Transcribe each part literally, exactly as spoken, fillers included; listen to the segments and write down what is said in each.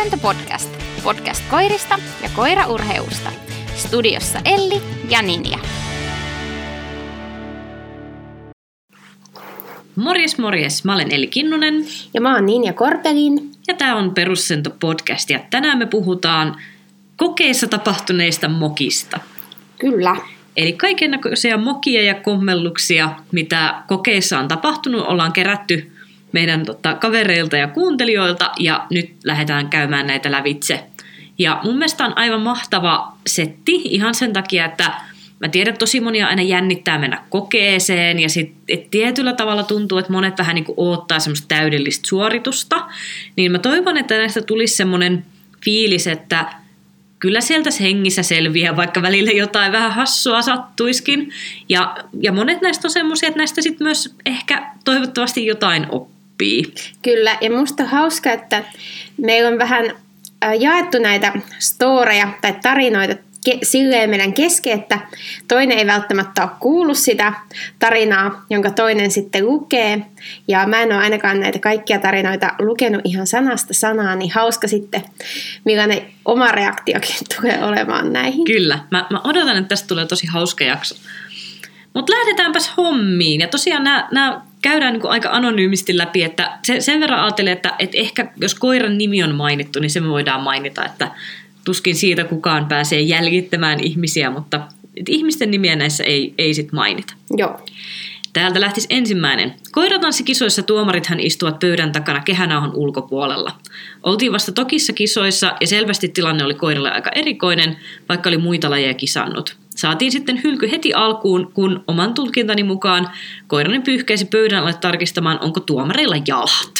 Perussento podcast. Podcast koirista ja koiraurheusta. Studiossa Elli ja Ninja. Morjes morjes, mä olen Elli Kinnunen. Ja mä oon Ninja Korpelin. Ja tää on Perussento podcast ja tänään me puhutaan kokeissa tapahtuneista mokista. Kyllä. Eli kaikennäköisiä mokia ja kommelluksia, mitä kokeissa on tapahtunut, ollaan kerätty meidän tota, kavereilta ja kuuntelijoilta ja nyt lähdetään käymään näitä lävitse. Ja mun mielestä on aivan mahtava setti ihan sen takia, että mä tiedän, että tosi monia aina jännittää mennä kokeeseen ja sit, et tietyllä tavalla tuntuu, että monet vähän niin kuin odottaa semmoista täydellistä suoritusta. Niin mä toivon, että näistä tulisi semmoinen fiilis, että kyllä sieltä hengissä selviää, vaikka välillä jotain vähän hassua sattuiskin. Ja, ja monet näistä on semmoisia, että näistä sitten myös ehkä toivottavasti jotain oppii. Kyllä, ja musta on hauska, että meillä on vähän jaettu näitä storeja tai tarinoita silleen meidän kesken, että toinen ei välttämättä ole kuullut sitä tarinaa, jonka toinen sitten lukee. Ja mä en ole ainakaan näitä kaikkia tarinoita lukenut ihan sanasta sanaan, niin hauska sitten, millainen oma reaktiokin tulee olemaan näihin. Kyllä, mä, mä odotan, että tästä tulee tosi hauska jakso. Mutta lähdetäänpäs hommiin. Ja tosiaan nämä käydään niinku aika anonyymisti läpi, että se, sen verran ajattelen, että, että ehkä jos koiran nimi on mainittu, niin se me voidaan mainita, että tuskin siitä kukaan pääsee jäljittämään ihmisiä, mutta ihmisten nimiä näissä ei, ei sit mainita. Joo. Täältä lähtisi ensimmäinen. Koiratanssi-kisoissa tuomarithan istuvat pöydän takana kehänauhan ulkopuolella. Oltiin vasta tokissa kisoissa ja selvästi tilanne oli koiralle aika erikoinen, vaikka oli muita lajeja kisannut. Saatiin sitten hylky heti alkuun, kun oman tulkintani mukaan koirani pyyhkäisi pöydän alle tarkistamaan, onko tuomareilla jalat.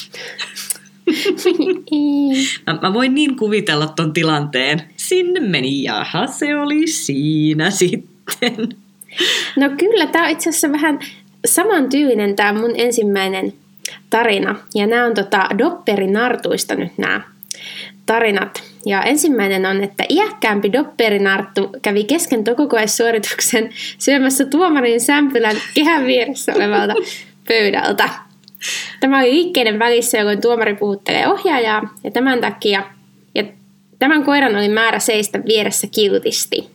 Mä, mä voin niin kuvitella ton tilanteen. Sinne meni, jaha, se oli siinä sitten. No kyllä, tää on itse asiassa vähän samantyylinen tää mun ensimmäinen tarina. Ja nämä on tota dopperinartuista nyt nämä tarinat. Ja ensimmäinen on, että iäkkäämpi dopperinarttu kävi kesken tokokoesuorituksen syömässä tuomarin sämpylän kehän vieressä olevalta pöydältä. Tämä oli liikkeiden välissä, jolloin tuomari puhuttelee ohjaajaa, ja tämän takia ja tämän koiran oli määrä seistä vieressä kiltisti.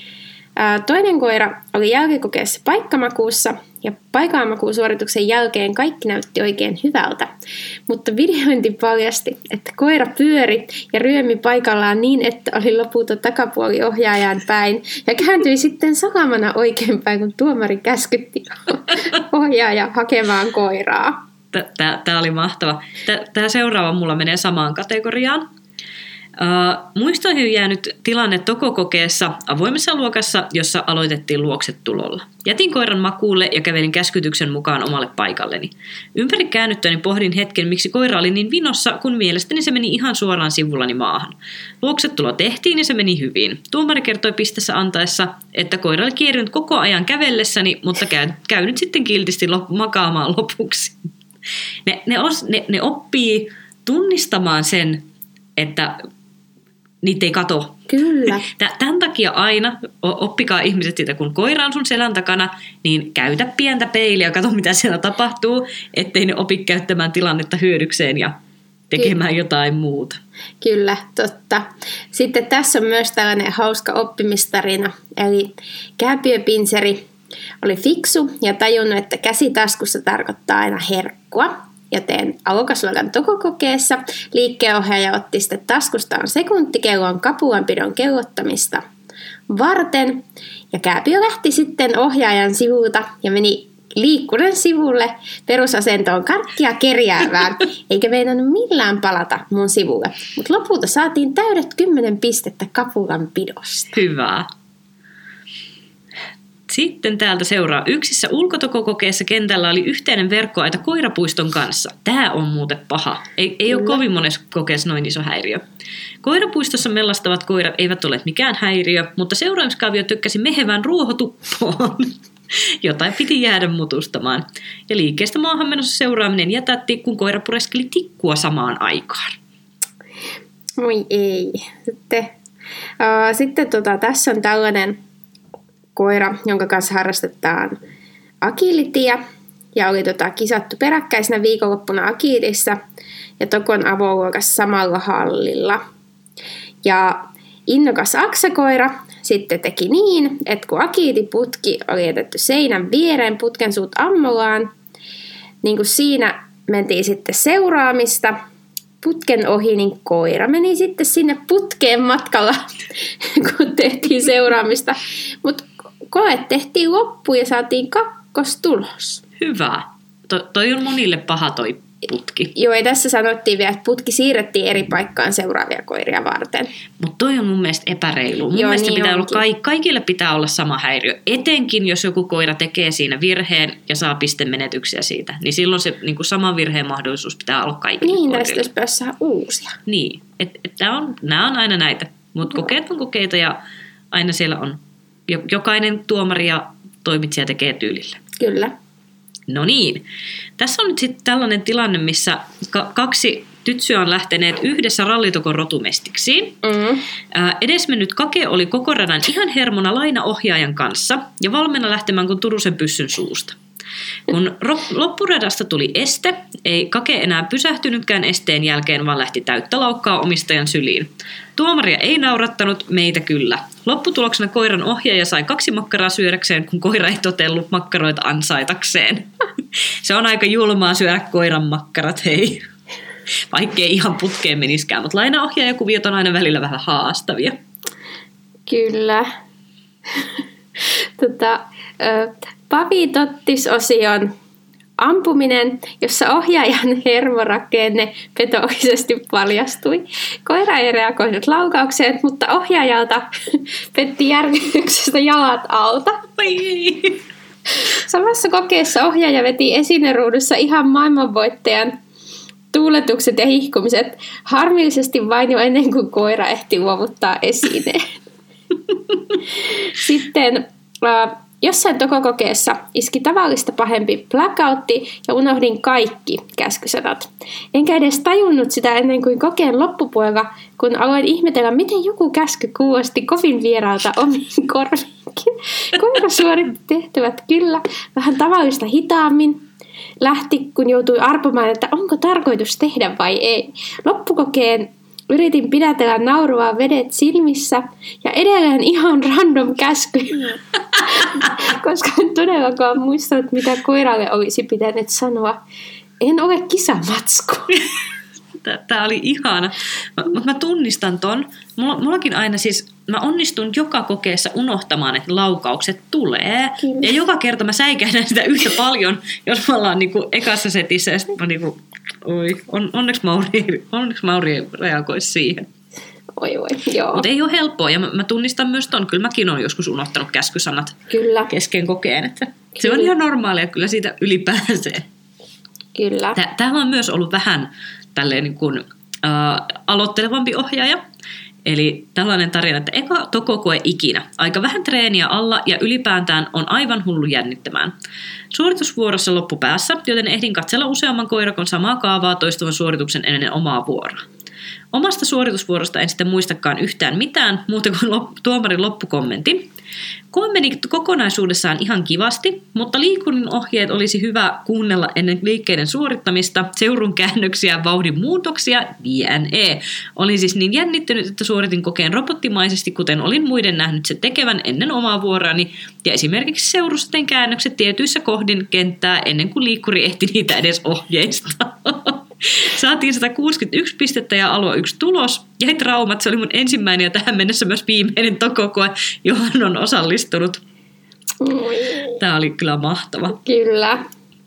Toinen koira oli jälkikokeessa paikkamakuussa, ja paikamakuusuorituksen jälkeen kaikki näytti oikein hyvältä. Mutta videointi paljasti, että koira pyöri ja ryömi paikallaan niin, että oli lopulta takapuoli ohjaajan päin, ja kääntyi sitten salamana oikeinpäin, kun tuomari käskytti ohjaaja hakemaan koiraa. Tämä oli mahtava. Tämä seuraava mulla menee samaan kategoriaan. Uh, muistoihin jäänyt tilanne tokokokeessa avoimessa luokassa, jossa aloitettiin luoksetulolla. Jätin koiran makuulle ja kävelin käskytyksen mukaan omalle paikalleni. Ympäri käännyttäni pohdin hetken, miksi koira oli niin vinossa, kun mielestäni se meni ihan suoraan sivullani maahan. Luoksetulo tehtiin ja se meni hyvin. Tuomari kertoi pistessä antaessa, että koira oli kierrynyt koko ajan kävellessäni, mutta käy, käy nyt sitten kiltisti lop- makaamaan lopuksi. Ne, ne, os, ne, ne oppii tunnistamaan sen, että niitä ei kato. Kyllä. Tämän takia aina oppikaa ihmiset siitä, kun koira on sun selän takana, niin käytä pientä peiliä ja katso, mitä siellä tapahtuu, ettei ne opi käyttämään tilannetta hyödykseen ja tekemään Ky- jotain muuta. Kyllä, totta. Sitten tässä on myös tällainen hauska oppimistarina. Eli kääpiöpinseri oli fiksu ja tajunnut, että käsitaskussa tarkoittaa aina herkkua. Joten alokasluokan tokokokeessa liikkeenohjaaja otti sitten taskustaan sekuntikellon kapulanpidon kellottamista varten. Ja Kääpiö lähti sitten ohjaajan sivulta ja meni liikkunen sivulle perusasentoon karkkia kerjäävään, eikä meinannut millään palata mun sivulle. Mutta lopulta saatiin täydet kymmenen pistettä kapulanpidosta. Hyvä. Sitten täältä seuraa. Yksissä ulkotokokokeessa kentällä oli yhteinen verkkoaita koirapuiston kanssa. Tämä on muuten paha. Ei, ei ole kovin monessa kokeessa noin iso häiriö. Koirapuistossa mellastavat koirat eivät ole mikään häiriö, mutta seurauskavio tykkäsi mehevään ruohotuppoon. Jotain piti jäädä mutustamaan. Ja liikkeestä maahan menossa seuraaminen jätätti, kun koira pureskeli tikkua samaan aikaan. Moi ei. Sitten, uh, sitten tota, tässä on tällainen koira, jonka kanssa harrastetaan agilityä ja oli tota, kisattu peräkkäisenä viikonloppuna agilissa ja Tokon avoluokassa samalla hallilla. Ja innokas aksakoira sitten teki niin, että kun akiitiputki oli jätetty seinän viereen putken suut ammollaan, niin kun siinä mentiin sitten seuraamista putken ohi, niin koira meni sitten sinne putkeen matkalla, kun tehtiin seuraamista. Mutta koe tehtiin loppuun ja saatiin kakkostulos. Hyvä. To, toi on monille paha toi putki. Joo, ja tässä sanottiin vielä, että putki siirrettiin eri paikkaan seuraavia koiria varten. Mutta toi on mun mielestä epäreilu. Mun Joo, mielestä niin pitää olla, onkin. kaikille pitää olla sama häiriö. Etenkin jos joku koira tekee siinä virheen ja saa pistemenetyksiä siitä, niin silloin se niin kuin saman virheen mahdollisuus pitää olla kaikille Niin, koirille. näistä olisi päässä saada uusia. Niin, että et on, nämä on aina näitä. Mutta kokeet on kokeita ja aina siellä on jokainen tuomari ja toimitsija tekee tyylillä. Kyllä. No niin. Tässä on nyt sitten tällainen tilanne, missä ka- kaksi tytsyä on lähteneet yhdessä rallitokon rotumestiksiin. Mm. Ää, edesmennyt Kake oli koko radan ihan hermona lainaohjaajan kanssa ja valmiina lähtemään kuin Turusen pyssyn suusta. Kun ro- loppuradasta tuli este, ei Kake enää pysähtynytkään esteen jälkeen, vaan lähti täyttä laukkaa omistajan syliin. Tuomaria ei naurattanut, meitä kyllä. Lopputuloksena koiran ohjaaja sai kaksi makkaraa syödäkseen, kun koira ei totellut makkaroita ansaitakseen. Se on aika julmaa syödä koiran makkarat, hei. Vaikkei ihan putkeen meniskään, mutta lainaohjaajakuviot on aina välillä vähän haastavia. Kyllä. tota, ö, Pavi Tottis-osion ampuminen, jossa ohjaajan hermorakenne petolisesti paljastui. Koira ei reagoinut laukaukseen, mutta ohjaajalta petti järkytyksestä jalat alta. Oi. Samassa kokeessa ohjaaja veti esineruudussa ihan maailmanvoittajan tuuletukset ja hihkumiset harmillisesti vain jo ennen kuin koira ehti luovuttaa esineen. Sitten äh, jossain tokokokeessa iski tavallista pahempi blackoutti ja unohdin kaikki käskysanat. Enkä edes tajunnut sitä ennen kuin kokeen loppupuolella, kun aloin ihmetellä, miten joku käsky kuulosti kovin vieraalta omiin korviinkin. Koira suoritti tehtävät kyllä vähän tavallista hitaammin. Lähti, kun joutui arpomaan, että onko tarkoitus tehdä vai ei. Loppukokeen yritin pidätellä naurua vedet silmissä ja edelleen ihan random käsky, koska en todellakaan muistanut, mitä koiralle olisi pitänyt sanoa. En ole kisamatsku. Tämä oli ihana. Mutta mä tunnistan ton. Mulla, mullakin aina siis, mä onnistun joka kokeessa unohtamaan, että laukaukset tulee. Kyllä. Ja joka kerta mä säikähdän sitä yhtä paljon, jos me ollaan niinku ekassa setissä. Ja sit mä niinku, oi, on, onneksi Mauri, onneksi Mauri reagoisi siihen. Oi voi, joo. Mutta ei ole helppoa. Ja mä, mä tunnistan myös ton. Kyllä mäkin olen joskus unohtanut käskysanat Kyllä. kesken kokeen. Että se on ihan normaalia, kyllä siitä yli pääsee. Kyllä. Tää, täällä on myös ollut vähän tälleen niin kuin, äh, aloittelevampi ohjaaja. Eli tällainen tarina, että eka tokokoe ikinä. Aika vähän treeniä alla ja ylipäätään on aivan hullu jännittämään. Suoritusvuorossa loppupäässä, joten ehdin katsella useamman koirakon samaa kaavaa toistuvan suorituksen ennen omaa vuoroa. Omasta suoritusvuorosta en sitten muistakaan yhtään mitään, muuta kuin lop- tuomarin loppukommentin. Koe meni kokonaisuudessaan ihan kivasti, mutta liikunnan ohjeet olisi hyvä kuunnella ennen liikkeiden suorittamista, seurun käännöksiä, vauhdin muutoksia, jne. Olin siis niin jännittynyt, että suoritin kokeen robottimaisesti, kuten olin muiden nähnyt se tekevän ennen omaa vuoroani, ja esimerkiksi seurusten käännökset tietyissä kohdin kenttää ennen kuin liikkuri ehti niitä edes ohjeistaa. Saatiin sata kuusikymmentäyksi pistettä ja aloa yksi tulos. Jäi traumat, se oli mun ensimmäinen ja tähän mennessä myös viimeinen tokokoe, johon on osallistunut. Tämä oli kyllä mahtava. Kyllä.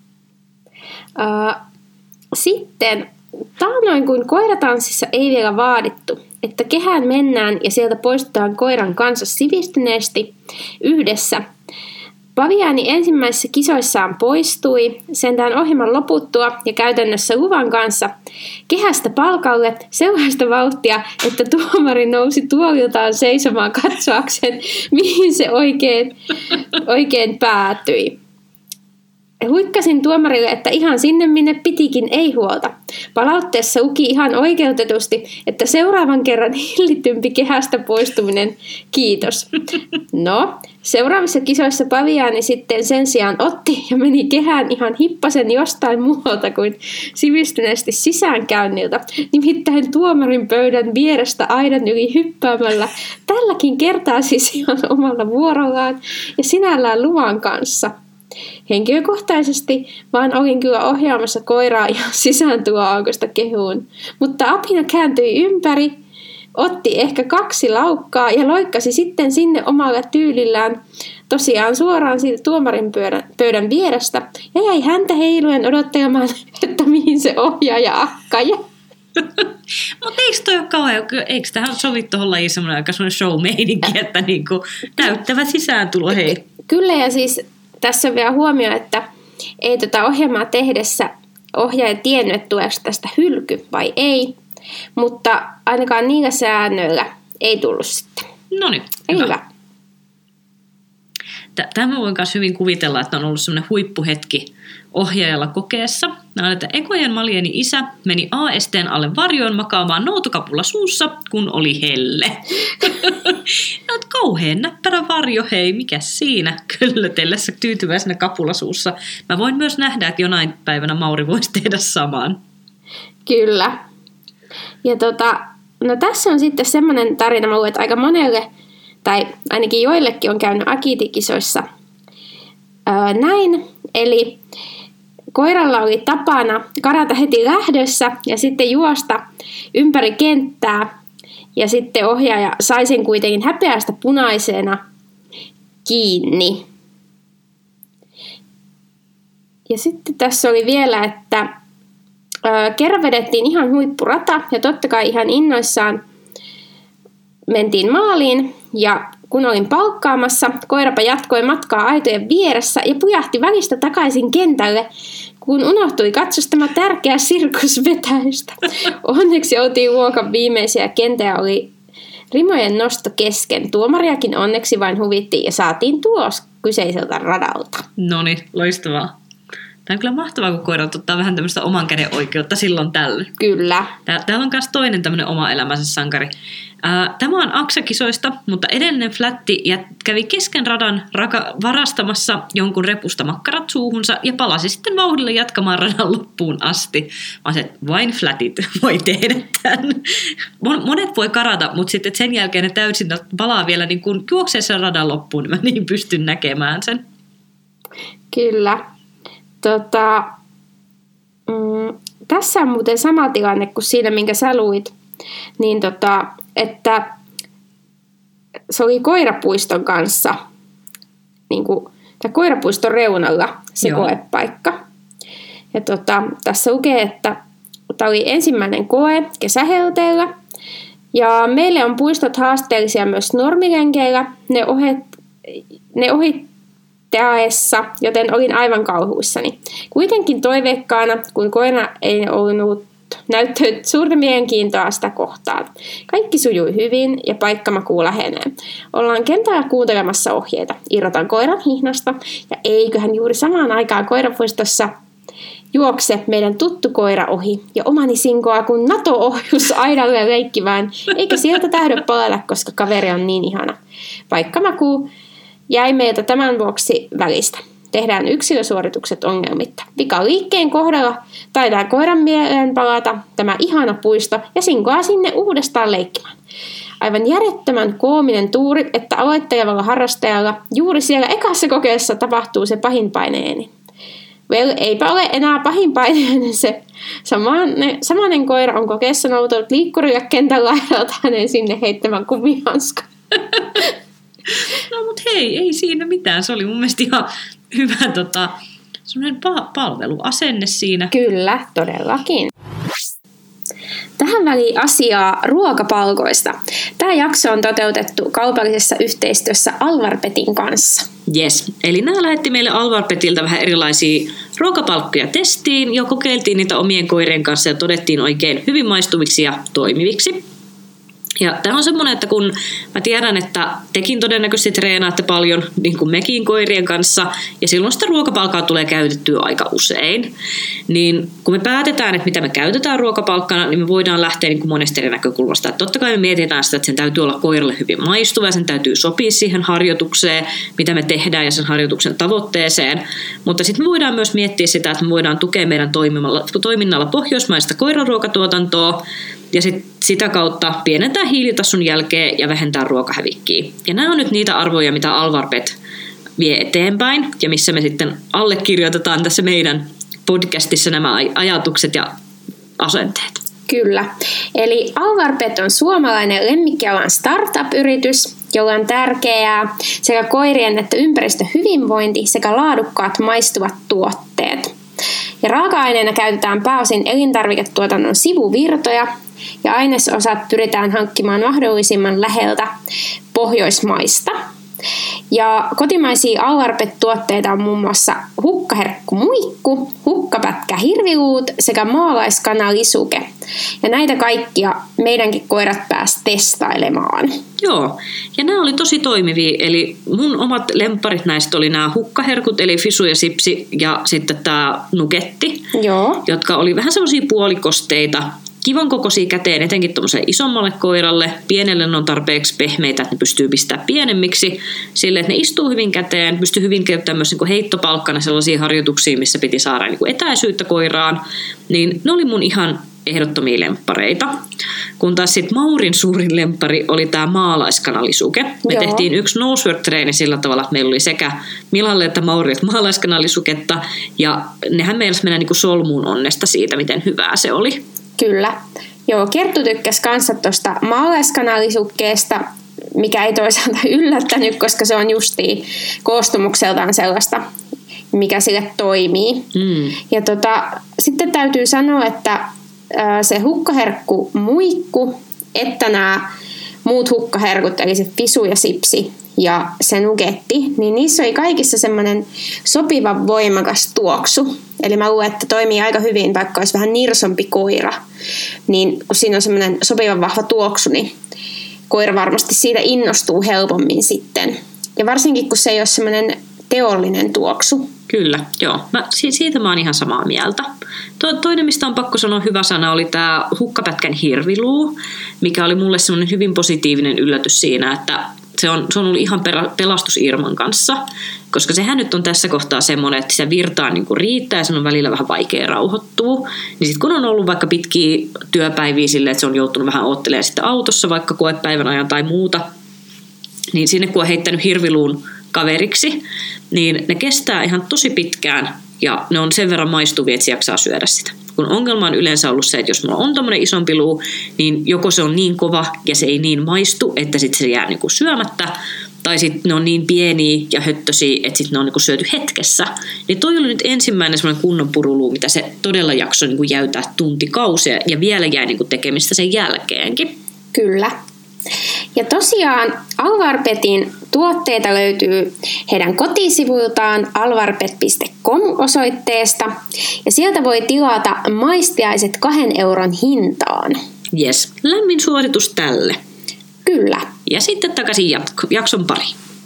Uh, sitten taannoin kuin koiratanssissa ei vielä vaadittu, että kehään mennään ja sieltä poistutaan koiran kanssa sivistyneesti yhdessä. Paviani ensimmäisissä kisoissaan poistui sentään ohjelman loputtua ja käytännössä luvan kanssa kehästä palkalle sellaista vauhtia, että tuomari nousi tuoliltaan seisomaan katsoakseen, mihin se oikein, oikein päätyi. Huikkasin tuomarille, että ihan sinne minne pitikin, ei huolta. Palautteessa luki ihan oikeutetusti, että seuraavan kerran hillitympi kehästä poistuminen, kiitos. No, seuraavissa kisoissa paviaani sitten sen sijaan otti ja meni kehään ihan hippasen jostain muualta kuin sivistyneesti sisäänkäynniltä, nimittäin tuomarin pöydän vierestä aidan yli hyppäämällä, tälläkin kertaa siis ihan omalla vuorollaan ja sinällään luvan kanssa. Henkilökohtaisesti vaan olin kyllä ohjaamassa koiraa ihan sisääntuloaukosta kehuun, mutta apina kääntyi ympäri, otti ehkä kaksi laukkaa ja loikkasi sitten sinne omalla tyylillään tosiaan suoraan siitä tuomarin pöydän, pöydän vierestä ja jäi häntä heiluen odottelemaan, että mihin se ohjaaja akkaja. Mutta eikö toi ole kauhean, eikö tähän sovi tuohon lajiin semmoinen aika semmoinen show-meininki, että niinku täyttävä sisääntulo, hei? Kyllä, ja siis tässä on vielä huomio, että ei tota ohjelmaa tehdessä ohjaaja tiennyt, että tuleeko tästä hylky vai ei, mutta ainakaan niillä säännöillä ei tullut sitten. Noniin, hyvä. hyvä. Tämä voin myös hyvin kuvitella, että on ollut semmoinen huippuhetki ohjaajalla kokeessa. Että ekojen Malieni isä meni A S T:n alle varjoon makaamaan noutokapulla suussa, kun oli helle. Ja kauhean näppärä varjo, hei, mikä siinä? Köllötellessä tyytyväisenä kapulasuussa. Mä voin myös nähdä, että jonain päivänä Mauri voisi tehdä saman. Kyllä. Ja tota, no tässä on sitten semmoinen tarina, mä luulen, että aika monelle, tai ainakin joillekin on käynyt agility-kisoissa öö, näin. Eli koiralla oli tapana karata heti lähdössä ja sitten juosta ympäri kenttää. Ja sitten ohjaaja sai sen kuitenkin häpeästä punaisena kiinni. Ja sitten tässä oli vielä, että öö, kerran vedettiin ihan huippurata ja totta kai ihan innoissaan mentiin maaliin ja kun olin palkkaamassa, koirapa jatkoi matkaa aitojen vieressä ja pujahti välistä takaisin kentälle, kun unohtui katsostama tärkeä sirkusvetäystä. Onneksi oltiin luokan viimeisiä, kentää oli rimojen nosto kesken. Tuomariakin onneksi vain huvittiin ja saatiin tulos kyseiseltä radalta. Noniin, loistavaa. Tämä on kyllä mahtavaa, kun koirat ottaa vähän tämmöistä oman käden oikeutta silloin tällöin. Kyllä. Täällä on myös toinen tämmöinen oma elämänsä sankari. Tämä on Aksa-kisoista, mutta edellinen flätti kävi kesken radan raka- varastamassa jonkun repusta makkarat suuhunsa ja palasi sitten vauhdilla jatkamaan radan loppuun asti. Mä se, vain flätit voi tehdä tämän. Monet voi karata, mutta sitten sen jälkeen ne täysin palaa vielä niin kuin juokseessa radan loppuun, niin mä niin pystyn näkemään sen. Kyllä. Tota, mm, tässä on muuten sama tilanne kuin siinä, minkä sä luit. Niin tota, että se oli koirapuiston kanssa, niin kuin, tai koirapuiston reunalla se Joo. koepaikka. Ja tota, tässä lukee, että tämä oli ensimmäinen koe kesähelteellä. Ja meille on puistot haasteellisia myös normilenkeillä. Ne, ohet, ne ohittaessa, joten olin aivan kauhuissani. Kuitenkin toiveikkaana, kun koira ei ollut näyttänyt suurta mielenkiintoa sitä kohtaan. Kaikki sujui hyvin ja paikkamakuu lähenee. Ollaan kentällä kuuntelemassa ohjeita. Irrotan koiran hihnasta ja eiköhän juuri samaan aikaan koirapuistossa juokse meidän tuttu koira ohi ja omani sinkoa kun NATO-ohjus aidalle leikkivään, eikä sieltä tahdo palata, koska kaveri on niin ihana. Paikkamakuu jäi meiltä tämän vuoksi välistä. Tehdään yksilösuoritukset ongelmitta. Vika liikkeen kohdalla taitaa koiran mieleen palata tämä ihana puisto ja sinkoaa sinne uudestaan leikkimään. Aivan järjettömän koominen tuuri, että aloittelevalla harrastajalla juuri siellä ekassa kokeessa tapahtuu se pahinpaineeni. Well, eipä ole enää pahinpaineinen se. Samanen, samanen koira on kokeessa noutunut liikkurille kentän laidalta hänen sinne heittämään kumihanska. No mut hei, ei siinä mitään. Se oli mun mielestä ihan hyvä tota, semmoinen pa- palveluasenne siinä. Kyllä, todellakin. Tähän väliin asiaa ruokapalkoista. Tämä jakso on toteutettu kaupallisessa yhteistyössä Alvarpetin kanssa. Yes, eli nämä lähetti meille Alvarpetilta vähän erilaisia ruokapalkkoja testiin ja kokeiltiin niitä omien koirien kanssa ja todettiin oikein hyvin maistuviksi ja toimiviksi. Ja tämä on semmoinen, että kun mä tiedän, että tekin todennäköisesti treenaatte paljon, niin kuin mekin koirien kanssa, ja silloin sitä ruokapalkkaa tulee käytettyä aika usein, niin kun me päätetään, että mitä me käytetään ruokapalkkana, niin me voidaan lähteä niin kuin monesta eri näkökulmasta. Että totta kai me mietitään sitä, että sen täytyy olla koiralle hyvin maistuva, ja sen täytyy sopia siihen harjoitukseen, mitä me tehdään, ja sen harjoituksen tavoitteeseen. Mutta sitten me voidaan myös miettiä sitä, että me voidaan tukea meidän toiminnalla pohjoismaista koiraruokatuotantoa, ja sit sitä kautta pienentää hiilitason jälkeen ja vähentää ruokahävikkiä. Ja nämä on nyt niitä arvoja, mitä Alvarpet vie eteenpäin ja missä me sitten allekirjoitetaan tässä meidän podcastissa nämä ajatukset ja asenteet. Kyllä. Eli Alvarpet on suomalainen lemmikkialan startup-yritys, jolla on tärkeää sekä koirien että ympäristön hyvinvointi sekä laadukkaat maistuvat tuotteet. Ja raaka-aineena käytetään pääosin elintarviketuotannon sivuvirtoja, ja ainesosat pyritään hankkimaan mahdollisimman läheltä Pohjoismaista. Ja kotimaisia Alvarpet-tuotteita on muun muassa hukkaherkkumuikku, hukkapätkä hirviluut sekä maalaiskanalissuke. Ja näitä kaikkia meidänkin koirat pääsi testailemaan. Joo, ja nämä oli tosi toimivia. Eli mun omat lempparit näistä oli nämä hukkaherkut, eli Fisu ja Sipsi, ja sitten tämä nugetti, Joo. jotka oli vähän semmoisia puolikosteita, kivan kokoisia käteen, etenkin tuommoiselle isommalle koiralle. Pienelle ne on tarpeeksi pehmeitä, että ne pystyy pistämään pienemmiksi, sille että ne istuu hyvin käteen, pystyy hyvin käyttämään myös niin kuin heittopalkkana sellaisia harjoituksia, missä piti saada niin kuin etäisyyttä koiraan. Niin ne oli mun ihan ehdottomia lemppareita. Kun taas sitten Maurin suurin lemppari oli tämä maalaiskanalissuke. Me Joo. tehtiin yksi nosework-treeni sillä tavalla, että meillä oli sekä Milalle että Mauri että maalaiskanalisuketta, ja nehän meillä mennä niin kuin solmuun onnesta siitä, miten hyvää se oli. Kyllä. Joo, Kerttu tykkäsi kanssa tuosta maalaiskanalisukkeesta, mikä ei toisaalta yllättänyt, koska se on justiin koostumukseltaan sellaista, mikä sille toimii. Mm. Ja tota, sitten täytyy sanoa, että se hukkaherkku muikku, että nämä muut hukkaherkut, eli se Fisu ja Sipsi ja se nugetti, niin niissä oli kaikissa semmoinen sopivan voimakas tuoksu. Eli mä luulen, että toimii aika hyvin, vaikka olisi vähän nirsompi koira. Niin kun siinä on semmoinen sopivan vahva tuoksu, niin koira varmasti siitä innostuu helpommin sitten. Ja varsinkin, kun se ei ole semmoinen teollinen tuoksu. Kyllä, joo. Mä, siitä mä oon ihan samaa mieltä. To, toinen, mistä on pakko sanoa hyvä sana, oli tämä hukkapätkän hirviluu, mikä oli mulle semmoinen hyvin positiivinen yllätys siinä, että se on, se on ollut ihan perä, pelastus Irman kanssa, koska sehän nyt on tässä kohtaa semmoinen, että se virtaa niin kuin riittää ja sen on välillä vähän vaikea rauhoittua. Niin sitten kun on ollut vaikka pitkiä työpäiviä silleen, että se on joutunut vähän oottelemaan sitten autossa vaikka koepäivän ajan tai muuta, niin sinne kun on heittänyt hirviluun kaveriksi, niin ne kestää ihan tosi pitkään ja ne on sen verran maistuvia, että se jaksaa syödä sitä. Kun ongelma on yleensä ollut se, että jos mulla on tommoinen isompi luu, niin joko se on niin kova ja se ei niin maistu, että sitten se jää niinku syömättä, tai sitten ne on niin pieniä ja höttösiä, että sitten ne on niinku syöty hetkessä. Niin toi oli nyt ensimmäinen semmoinen kunnon puruluu, mitä se todella jaksoi niinku jäytää tuntikausia ja vielä jäi niinku tekemistä sen jälkeenkin. Kyllä. Ja tosiaan Alvarpetin tuotteita löytyy heidän kotisivuiltaan alvarpet piste com osoitteesta ja sieltä voi tilata maistiaiset kahden euron hintaan. Jes, lämmin suositus tälle. Kyllä. Ja sitten takaisin jatko, jakson pari.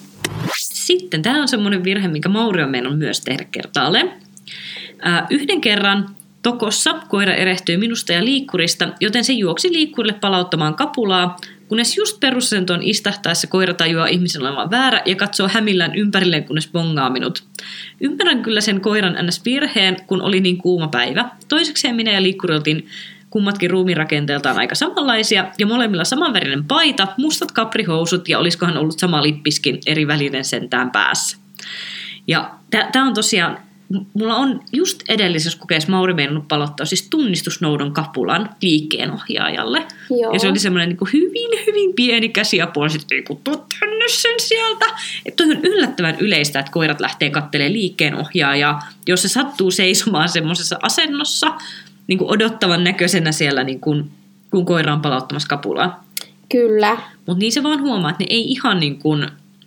Sitten tämä on semmoinen virhe, minkä Mauri on meinannut myös tehdä kertaalleen. Äh, yhden kerran Tokossa koira erehtyi minusta ja liikkurista, joten se juoksi liikkurille palauttamaan kapulaa, kunnes just perusentoon istahtaessa koira tajuaa ihmisen olevan väärä ja katsoo hämillään ympärilleen, kunnes bongaa minut. Ymmärrän kyllä sen koiran ns. Virheen, kun oli niin kuuma päivä. Toisekseen minä ja liikkuri oltiin kummatkin ruumirakenteeltaan aika samanlaisia ja molemmilla samanvärinen paita, mustat kaprihousut ja olisikohan ollut sama lippiskin eri välinen sentään päässä. Ja tämä on tosiaan, mulla on just edellisessä kokeessa Mauri meinannut palauttaa siis tunnistusnoudon kapulan liikkeenohjaajalle. Joo. Ja se oli semmoinen niin kuin hyvin, hyvin pieni käsiapu, ja sitten ei kun tuu tänne sen sieltä. Että toi on yllättävän yleistä, että koirat lähtee katselemaan liikkeenohjaajaa, jos se sattuu seisomaan semmoisessa asennossa, niin kuin odottavan näköisenä siellä, niin kuin, kun koira on palauttamassa kapulaa. Kyllä. Mutta niin se vaan huomaa, että ne ei ihan niin kuin,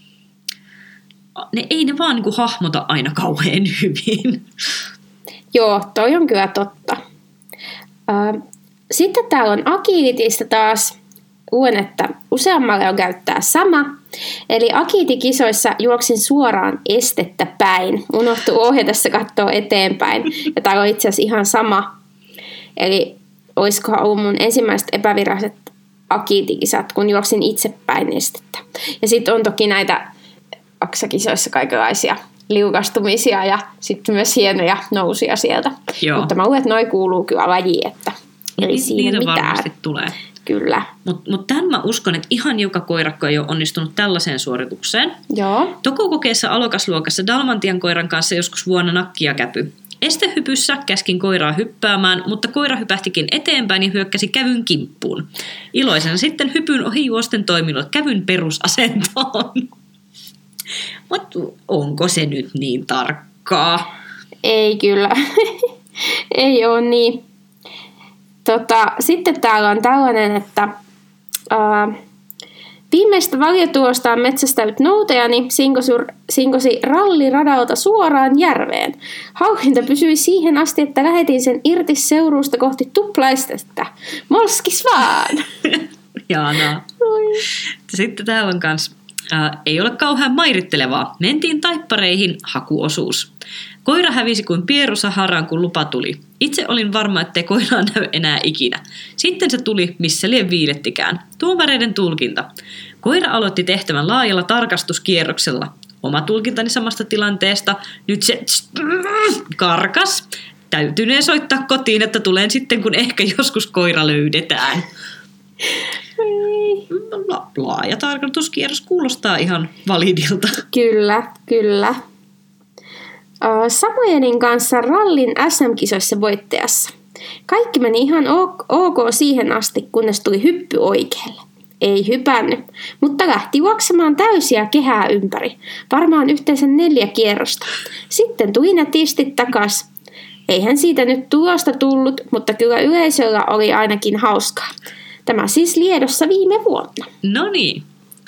ne ei ne vaan niin kuin hahmota aina kauhean hyvin. Joo, toi on kyllä totta. Sitten täällä on Agilitista taas uuden, että useammalle on käyttää sama. Eli Agility-kisoissa juoksin suoraan estettä päin. Unohtui ohjatessa katsoa eteenpäin. Ja tämä on itse asiassa ihan sama. Eli olisikohan ollut mun ensimmäiset epäviralliset Agility-kisat, kun juoksin itse päin estettä. Ja sitten on toki näitä aksakisoissa kaikenlaisia liukastumisia ja sitten myös hienoja nousuja sieltä. Joo. Mutta mä luulen, että noi kuuluu kyllä lajiin, että ei Ni, siinä niitä mitään. Varmasti tulee. Kyllä. Mutta mut tämän mä uskon, että ihan joka koirakko ei ole onnistunut tällaiseen suoritukseen. Joo. Tokokokeessa alokasluokassa Dalmantian koiran kanssa joskus vuonna nakkia käpy. Estehypyssä käskin koiraa hyppäämään, mutta koira hypähtikin eteenpäin ja hyökkäsi kävyn kimppuun. Iloisena sitten hypyn ohi juosten toiminut kävyn perusasentoon. Mutta onko se nyt niin tarkkaa? Ei kyllä. Ei ole niin. Tota, sitten täällä on tällainen, että ää, viimeistä valiotuostaan metsästänyt noutajani sinkosi, sinkosi ralliradalta suoraan järveen. Haukinta pysyi siihen asti, että lähetin sen irti seuruusta kohti tuplaistettä. Molskis vaan! Jaanaa. Sitten täällä on kans, ää, ei ole kauhean mairittelevaa. Mentiin taippareihin, hakuosuus. Koira hävisi kuin pieru Saharaan, kun lupa tuli. Itse olin varma, ettei koiraa näy enää ikinä. Sitten se tuli, missä lien viilettikään. Tuomareiden tulkinta. Koira aloitti tehtävän laajalla tarkastuskierroksella. Oma tulkintani samasta tilanteesta. Nyt se karkas. Täytynee soittaa kotiin, että tulen sitten, kun ehkä joskus koira löydetään. La- laaja tarkastuskierros kuulostaa ihan validilta. Kyllä, kyllä. Samojenin kanssa rallin S M-kisoissa voittajassa. Kaikki meni ihan ok siihen asti, kunnes tuli hyppy oikealle. Ei hypännyt, mutta lähti juoksemaan täysiä kehää ympäri. Varmaan yhteensä neljä kierrosta. Sitten tuli nätisti takas. Eihän siitä nyt tulosta tullut, mutta kyllä yleisöllä oli ainakin hauskaa. Tämä siis Liedossa viime vuonna. No niin.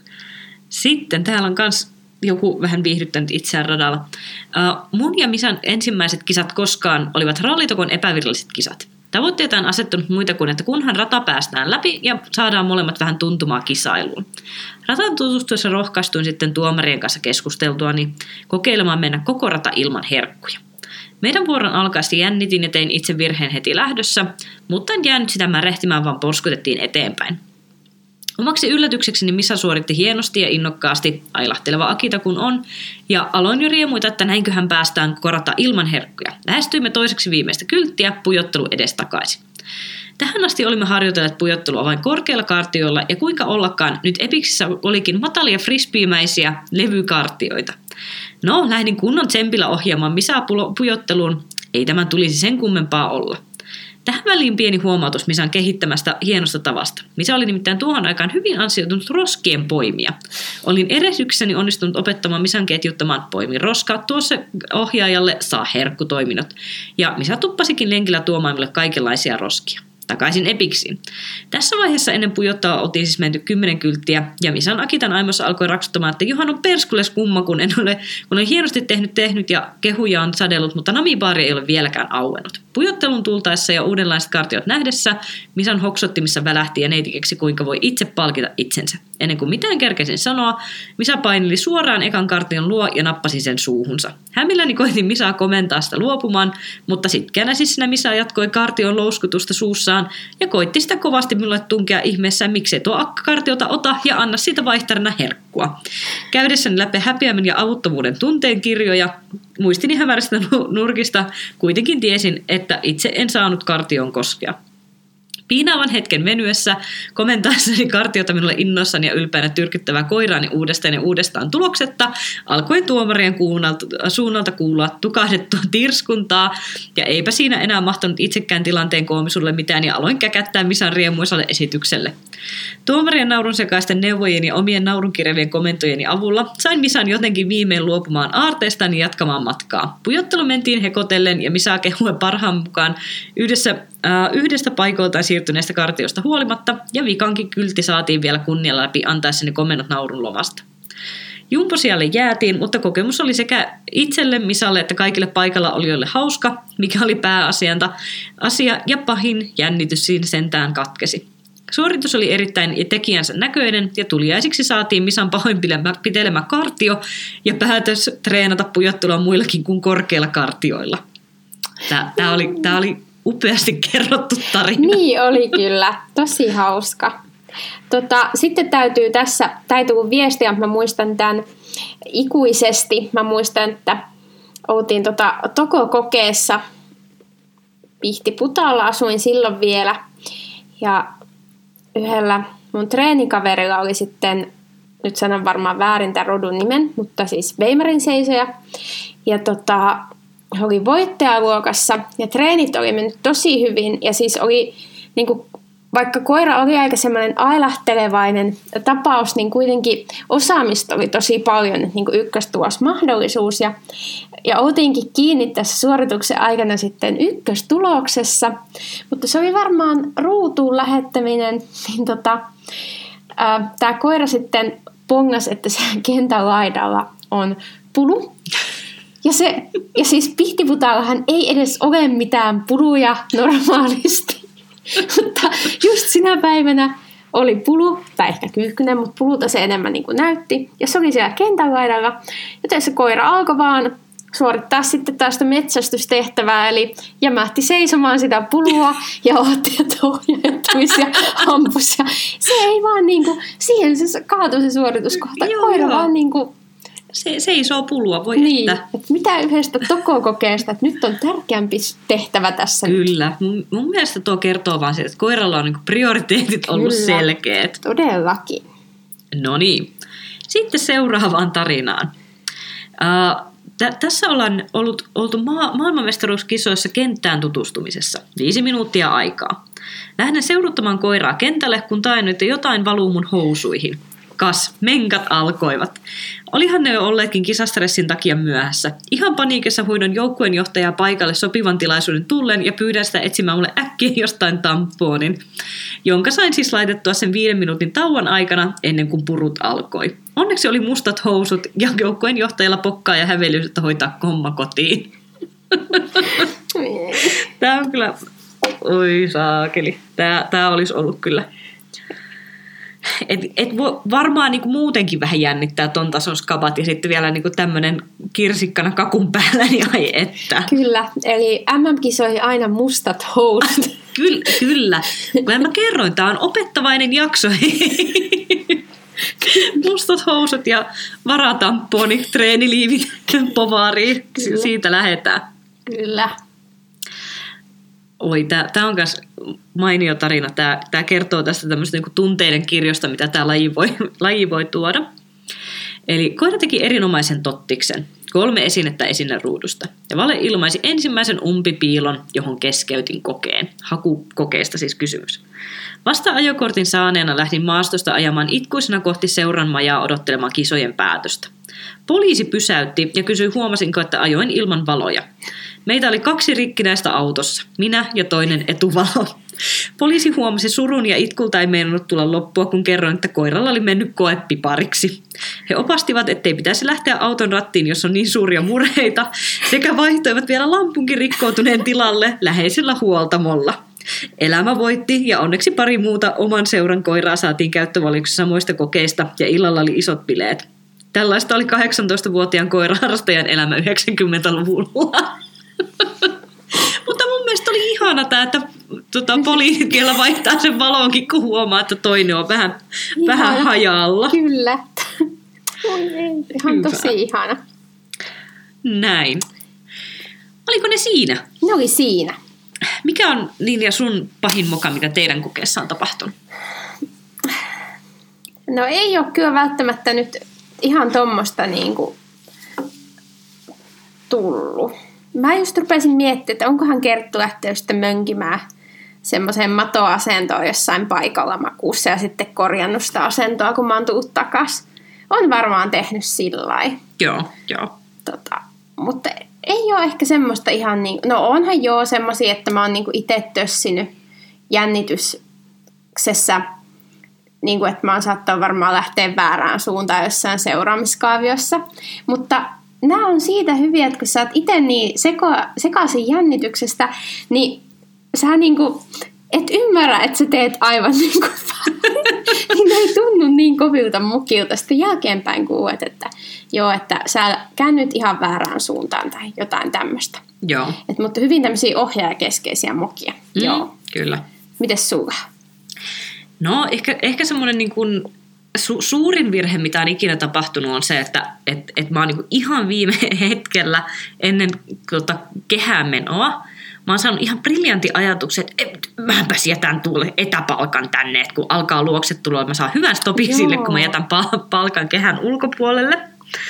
Sitten täällä on kans joku vähän viihdyttänyt itseään radalla. Uh, mun ja Misan ensimmäiset kisat koskaan olivat rallitokon epäviralliset kisat. Tavoitteita on asettunut muita kuin, että kunhan rata päästään läpi ja saadaan molemmat vähän tuntumaa kisailuun. Ratan tutustuessa rohkaistuin sitten tuomarien kanssa keskusteltua niin kokeilemaan mennä koko rata ilman herkkuja. Meidän vuoron alkaessa jännitin ja tein itse virheen heti lähdössä, mutta en jäänyt sitä märehtimään, vaan porskutettiin eteenpäin. Omaksi yllätyksekseni Misa suoritti hienosti ja innokkaasti, ailahteleva Akita kun on, ja aloin jo riemuita, että näinköhän päästään korata ilman herkkuja. Lähestyimme toiseksi viimeistä kylttiä, pujottelu edestakaisin. Tähän asti olimme harjoitelleet pujottelua vain korkeilla kartioilla, ja kuinka ollakaan, nyt Epiksissä olikin matalia frisbeemäisiä levykartioita. No, lähdin kunnon tsempillä ohjaamaan Misaa pujotteluun, ei tämän tulisi sen kummempaa olla. Tähän väliin pieni huomautus Misan kehittämästä hienosta tavasta. Misa oli nimittäin tuohon aikaan hyvin ansioitunut roskien poimija. Olin erehdyksessäni onnistunut opettamaan Misan ketjuttamaan poimin roskaa tuossa ohjaajalle saa herkkutoiminnot. Ja Misa tuppasikin lenkillä tuomaan minulle kaikenlaisia roskia. Takaisin Epiksiin. Tässä vaiheessa ennen pujottaa oltiin siis menty kymmenen kylttiä, ja Misan Akitan aimossa alkoi raksuttamaan, että Johan on perskules kumma, kun en ole, kun olen hienosti tehnyt tehnyt ja kehuja on sadellut, mutta namibaari ei ole vieläkään auennut. Pujottelun tultaessa ja uudenlaiset kartiot nähdessä Misan hoksottimissa välähti ja neiti keksi, kuinka voi itse palkita itsensä. Ennen kuin mitään kerkesin sanoa, Misa paineli suoraan ekan kartion luo ja nappasi sen suuhunsa. Hämilläni koitin Misaa komentaa sitä luopumaan, mutta sitkänä sisänä Misa jatkoi kartion louskutusta suussaan ja koitti sitä kovasti minulle tunkea ihmeessä, miksei tuo akkakartiota ota ja anna siitä vaihtarina herkkua. Käydessäni läpi häpeämän ja avuttomuuden tunteen kirjoja, muistini hämärästä nurkista, kuitenkin tiesin, että itse en saanut kartioon koskea. Piinaavan hetken venyessä, komentaessani kartiota minulle innoissani ja ylpeänä tyrkyttävää koiraani uudestaan ja uudestaan tuloksetta, alkoi tuomarien suunnalta kuulua tukahdettua tirskuntaa, ja eipä siinä enää mahtanut itsekään tilanteen koomisuudelle mitään, ja aloin käkättää Misan riemuisalle esitykselle. Tuomarien naurun sekaisten neuvojien ja omien naurunkirjavien komentojeni avulla sain Misan jotenkin viimein luopumaan aarteestani jatkamaan matkaa. Pujottelu mentiin hekotellen, ja Misa kehui parhaan mukaan yhdessä, äh, yhdestä paikoiltaan siirtyneestä kartiosta huolimatta, ja vikankin kyltti saatiin vielä kunnialla läpi antaessani komennot naurun lomasta. Jumposijalle jäätiin, mutta kokemus oli sekä itselle, Misalle että kaikille paikalla olijoille hauska, mikä oli pääasianta asia, ja pahin jännitys siinä sentään katkesi. Suoritus oli erittäin tekijänsä näköinen ja tuliaisiksi saatiin Misan pahoinpitelemä kartio ja päätös treenata pujottelua muillakin kuin korkeilla kartioilla. Tämä, tämä, oli, tämä oli upeasti kerrottu tarina. Niin oli kyllä, tosi hauska. Tota, sitten täytyy tässä, täytyy viestiä, mä muistan tämän ikuisesti. Mä muistan, että oltiin tota Tokokokeessa Pihtiputaalla, asuin silloin vielä. Ja yhdellä mun treenikaverilla oli sitten, nyt sanon varmaan väärin tämän rodun nimen, mutta siis Weimarin seisoja. Ja tota, he oli voittajaluokassa ja treenit oli mennyt tosi hyvin. Ja siis oli, niin kuin, vaikka koira oli aika semmoinen ailahtelevainen tapaus, niin kuitenkin osaamista oli tosi paljon, niin kuin ykköstulosmahdollisuus. Ja, ja oltiinkin kiinni tässä suorituksen aikana sitten ykköstuloksessa, mutta se oli varmaan ruutuun lähettäminen, niin tota, tämä koira sitten pongas, että se kentän laidalla on pulu. Ja, se, ja siis Pihtiputallahan ei edes ole mitään puluja normaalisti, mutta just sinä päivänä oli pulu, tai ehkä kyyhkynen, mutta pululta se enemmän niin kuin näytti. Ja se oli siellä kentän laidalla, joten se koira alkoi vaan suorittaa sitten taas sitä metsästystehtävää, eli jämähti seisomaan sitä pulua ja otti, että ohjaaja tulisi ja ampuisi. Ja se ei vaan niin kuin, siihen se kaatui se suorituskohta. Joo, koira joo. vaan niin kuin, Se, seisoo pulua, voi niin, että. että mitä yhdestä Tokokokeesta, että nyt on tärkeämpi tehtävä tässä. Kyllä. Mun, mun mielestä tuo kertoo vaan siitä, että koiralla on niinku prioriteetit ollut Kyllä. selkeät. Todellakin. No niin. Sitten seuraavaan tarinaan. Uh, tä, tässä ollaan ollut, oltu maa, maailmanmestaruuskisoissa kenttään tutustumisessa. Viisi minuuttia aikaa. Lähden seuruttamaan koiraa kentälle, kun tain, että jotain valuu mun housuihin. Kas, menkat alkoivat. Olihan ne jo olleetkin kisastressin takia myöhässä. Ihan paniikissa huidon joukkueenjohtajaa paikalle sopivan tilaisuuden tullen ja pyydän sitä etsimään mulle äkkiä jostain tamponin, jonka sain siis laitettua sen viiden minuutin tauon aikana ennen kuin purut alkoi. Onneksi oli mustat housut ja joukkueenjohtajalla pokkaa ja hävelys, että hoitaa homma kotiin. Tämä on kyllä... Oi saakeli. Tämä, tämä olisi ollut kyllä... Et, et voi varmaan niinku muutenkin vähän jännittää ton tason skabat ja sitten vielä niinku tämmöinen kirsikkana kakun päällä, niin ai että. Kyllä, eli M M-kisoihin aina mustat housut. Kyllä, kyllä. Kun mä kerroin, tää on opettavainen jakso. Mustat housut ja varatamponi, treeniliivit, povaariin. Kyllä. Siitä lähdetään. Kyllä. Oi, tämä on myös mainio tarina. Tämä, tämä kertoo tästä tämmöistä niinku tunteiden kirjosta, mitä tämä laji voi, laji voi tuoda. Eli koira teki erinomaisen tottiksen. Kolme esinettä esineruudusta. Ja Vale ilmaisi ensimmäisen umpipiilon, johon keskeytin kokeen. Hakukokeesta siis kysymys. Vasta ajokortin saaneena lähdin maastosta ajamaan itkuisena kohti seuran majaa odottelemaan kisojen päätöstä. Poliisi pysäytti ja kysyi, huomasinko, että ajoin ilman valoja. Meitä oli kaksi rikkinäistä autossa, minä ja toinen etuvalo. Poliisi huomasi surun ja itkulta ei meinannut tulla loppua, kun kerroin, että koiralla oli mennyt koepipariksi. He opastivat, ettei pitäisi lähteä auton rattiin, jos on niin suuria murheita, sekä vaihtoivat vielä lampunkin rikkoutuneen tilalle läheisellä huoltamolla. Elämä voitti ja onneksi pari muuta oman seuran koiraa saatiin käyttövalioksi samoista kokeista ja illalla oli isot bileet. Tällaista oli kahdeksantoistavuotiaan koiraharrastajan elämä yhdeksänkymmentäluvulla. Mutta mun mielestä oli ihana tämä, että tota, poliisit vielä vaihtaa sen valonkin, kun huomaa, että toinen on vähän, vähän hajalla. Kyllä. Oi ei, ihan Hyvä. tosi ihana. Näin. Oliko ne siinä? Ne oli siinä. Mikä on Ninja sun pahin moka, mitä teidän kokeessa on tapahtunut? No ei ole kyllä välttämättä nyt ihan tommoista niinku tullut. Mä just rupesin miettimään, että onkohan Kerttu lähtenyt sitten mönkimään semmoiseen matoasentoon jossain paikalla makuussa ja sitten korjannut sitä asentoa, kun mä oon tullut takas. On varmaan tehnyt sillain. Joo, joo. Tota, mutta ei ole ehkä semmoista ihan niin, no onhan joo semmoisia, että mä oon niinku itse tössinyt jännityksessä, niinku että mä oon saattanut varmaan lähteä väärään suuntaan jossain seuraamiskaaviossa, mutta nämä on siitä hyviä, että kun sä oot itse niin seko, sekaisin jännityksestä, niin sä niinku et ymmärrä, että sä teet aivan niin kuin niin ne ei tunnu niin kovilta mukilta. Sitten jälkeenpäin kuulet, että joo, että sä käännyt ihan väärään suuntaan tai jotain tämmöistä. Joo. Et, mutta hyvin tämmöisiä ohjaajakeskeisiä mokia. Mm, joo. Kyllä. Mites sulla? No ehkä, ehkä semmoinen niin kuin su- suurin virhe, mitä on ikinä tapahtunut, on se, että et, et mä oon niin kuin ihan viime hetkellä ennen tota, kehään menoa, mä oon saanut ihan briljantin ajatuksen, että mähänpäs jätän tuolle etäpalkan tänne, että kun alkaa luokset tulla, mä saan hyvän stopin sille, kun mä jätän pal- palkan kehän ulkopuolelle.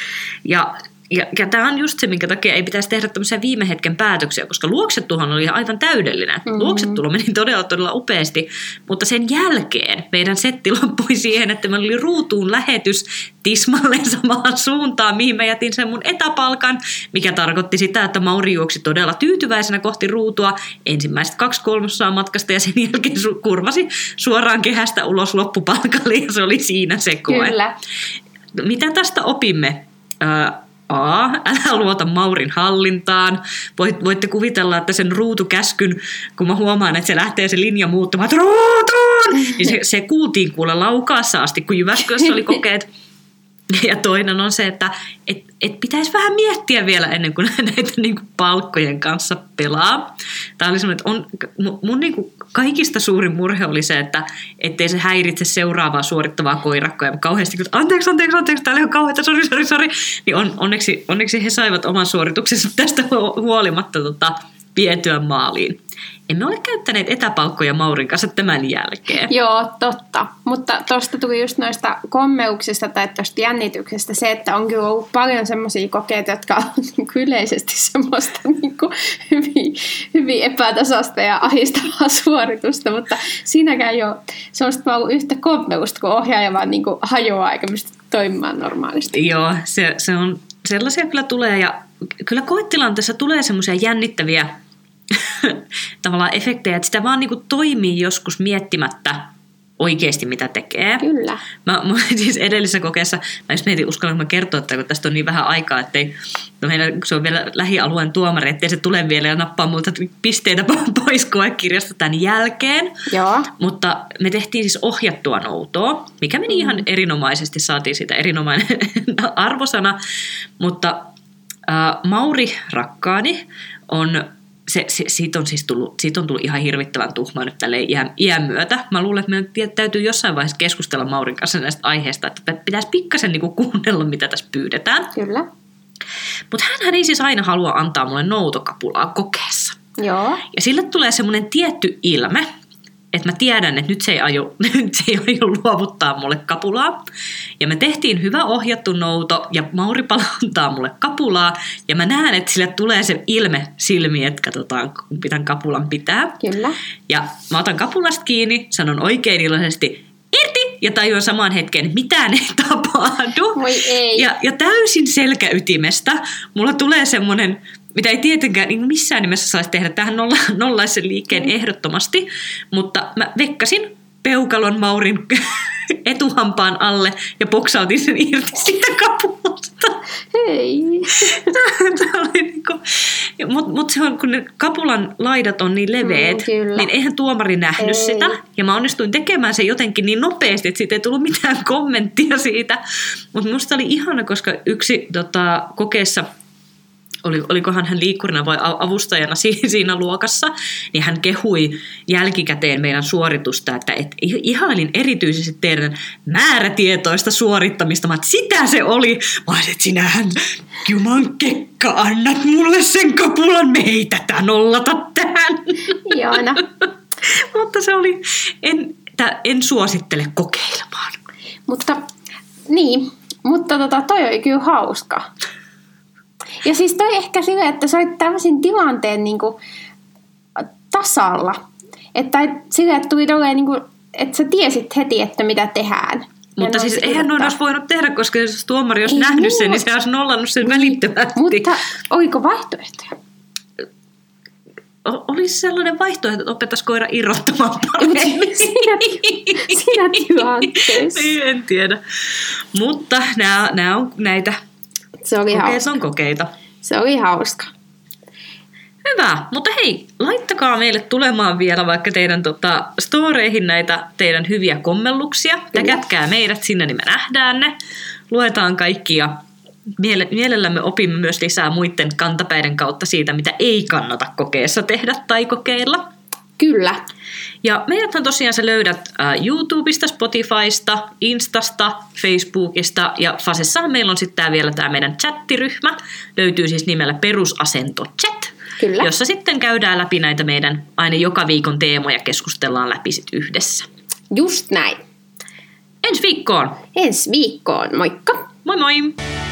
Ja Ja, ja tämä on just se, minkä takia ei pitäisi tehdä tämmöisiä viime hetken päätöksiä, koska luoksetuhan oli aivan täydellinen. Mm-hmm. Luoksetulo meni todella todella upeasti, mutta sen jälkeen meidän setti loppui siihen, että meillä oli ruutuun lähetys tismalleen samaan suuntaan, mihin mä jätin sen mun etäpalkan, mikä tarkoitti sitä, että Mauri juoksi todella tyytyväisenä kohti ruutua ensimmäiset kaksi kolmasosaa matkasta ja sen jälkeen su- kurvasi suoraan kehästä ulos loppupalkalle ja se oli siinä se koe. Kyllä. Mitä tästä opimme? Öö, A. Älä luota Maurin hallintaan. Voit, voitte kuvitella, että sen ruutukäskyn, kun mä huomaan, että se lähtee se linja muuttumaan, ruutuun! Niin se, se kuultiin kuule Laukaassa asti, kun Jyväskylässä oli kokeet. Ja toinen on se, että et, et pitäisi vähän miettiä vielä ennen kuin näitä niin kuin palkkojen kanssa pelaa. Tämä oli semmoinen, että on, mun niin kuin kaikista suurin murhe oli se, että ettei se häiritse seuraavaa suorittavaa koirakkoa. Ja kauheasti, että anteeksi, anteeksi, anteeksi, täällä on kauheita, sori, sori, sori. Niin on, onneksi, onneksi he saivat oman suorituksensa tästä huolimatta tota, vietyä maaliin. Emme ole käyttäneet etäpalkkoja Maurin kanssa tämän jälkeen. Joo, totta. Mutta tuosta tuli just noista kommeuksista tai tuosta jännityksestä se, että on kyllä ollut paljon semmoisia kokeita, jotka on niin yleisesti semmoista niin kuin hyvin, hyvin epätasasta ja ahdistavaa suoritusta, mutta siinäkään ei ole semmoista ollut yhtä kommeusta, kun ohjaaja vaan niin kuin hajoaa eikä pysty toimimaan normaalisti. Joo, se, se on, sellaisia kyllä tulee ja kyllä koetilanteessa tulee semmoisia jännittäviä tavallaan efektejä, että sitä vaan niinku toimii joskus miettimättä oikeasti mitä tekee. Kyllä. Mä, mä siis edellisessä kokeessa, mä just mietin, uskallanko mä kertoa, että kun tästä on niin vähän aikaa, ettei, no meillä, se on vielä lähialueen tuomari, ettei se tule vielä ja nappaa multa pisteitä pois koekirjasta tämän jälkeen. Joo. Mutta me tehtiin siis ohjattua noutoa, mikä meni mm. ihan erinomaisesti, saatiin siitä erinomainen arvosana, mutta äh, Mauri rakkaani on Se, se, siitä, on siis tullut, siitä on tullut ihan hirvittävän tuhmaa nyt tälleen iän, iän myötä. Mä luulen, että meidän täytyy jossain vaiheessa keskustella Maurin kanssa näistä aiheista, että pitäisi pikkasen niinku kuunnella, mitä tässä pyydetään. Kyllä. Mutta hänhän ei siis aina halua antaa mulle noutokapulaa kokeessa. Joo. Ja sille tulee semmoinen tietty ilme, että mä tiedän, että nyt se ei aio, nyt se ei aio luovuttaa mulle kapulaa. Ja me tehtiin hyvä ohjattu nouto ja Mauri palauttaa mulle kapulaa. Ja mä näen, että sille tulee se ilme silmiin, että katsotaan, kun pitän kapulan pitää. Kyllä. Ja mä otan kapulasta kiinni, sanon oikein iloisesti irti ja tajuan samaan hetkeen, että mitään ei tapahdu. Voi ei. Ja, ja täysin selkäytimestä mulla tulee semmoinen, mitä ei tietenkään niin missään nimessä saisi tehdä. Tähän nolla, nollaisen liikkeen mm. ehdottomasti, mutta mä vekkasin peukalon Maurin etuhampaan alle ja boksautin sen irti siitä kapulasta. Hei. Niinku, mutta mut se on, kun ne kapulan laidat on niin leveät, mm, niin eihän tuomari nähnyt ei. sitä. Ja mä onnistuin tekemään sen jotenkin niin nopeasti, että siitä ei tullut mitään kommenttia siitä. Mutta musta oli ihana, koska yksi tota, kokeessa, Oli, olikohan hän liikkurina vai avustajana siinä luokassa, niin hän kehui jälkikäteen meidän suoritusta, että et, ihailin erityisesti teidän määrätietoista suorittamista. Mä, että sitä se oli. Mä olisin, että sinähän, juman kekka, annat mulle sen kapulan, me ei tätä nollata tähän. Ihana. Mutta se oli, en, tä, en suosittele kokeilemaan. Mutta, niin, mutta tota, toi oli kyllä hauska. Ja siis toi ehkä silleen, että sä olit tämmöisen tilanteen niin kuin tasalla. Että silleen, että tuli tolleen, niin kuin, että sä tiesit heti, että mitä tehdään. Mutta siis eihän noin olisi voinut tehdä, koska jos tuomari olisi ei nähnyt muu. sen, niin se olisi nollannut sen välittömästi. Mutta oliko vaihtoehtoja? Olisi sellainen vaihtoehto, että opettaisi koira irrottamaan paremmin. Siinä, siinä tilanteessa. En tiedä. Mutta nämä, nämä on näitä. Se oli Kokeet hauska. on kokeita. Se oli hauska. Hyvä, mutta hei, laittakaa meille tulemaan vielä vaikka teidän tota, storeihin näitä teidän hyviä kommelluksia. Täkätkää meidät sinne, niin me nähdään ne. Luetaan kaikki ja mielellämme opimme myös lisää muiden kantapäiden kautta siitä, mitä ei kannata kokeessa tehdä tai kokeilla. Kyllä. Ja meidäthän tosiaan sä löydät äh, YouTubesta, Spotifysta, Instasta, Facebookista ja Fasessahan meillä on sitten vielä tämä meidän chattiryhmä. Löytyy siis nimellä Perusasento Chat, Kyllä. jossa sitten käydään läpi näitä meidän aina joka viikon teemoja, keskustellaan läpi sit yhdessä. Just näin. Ensi viikkoon! Ensi viikkoon, moikka! Moi moi!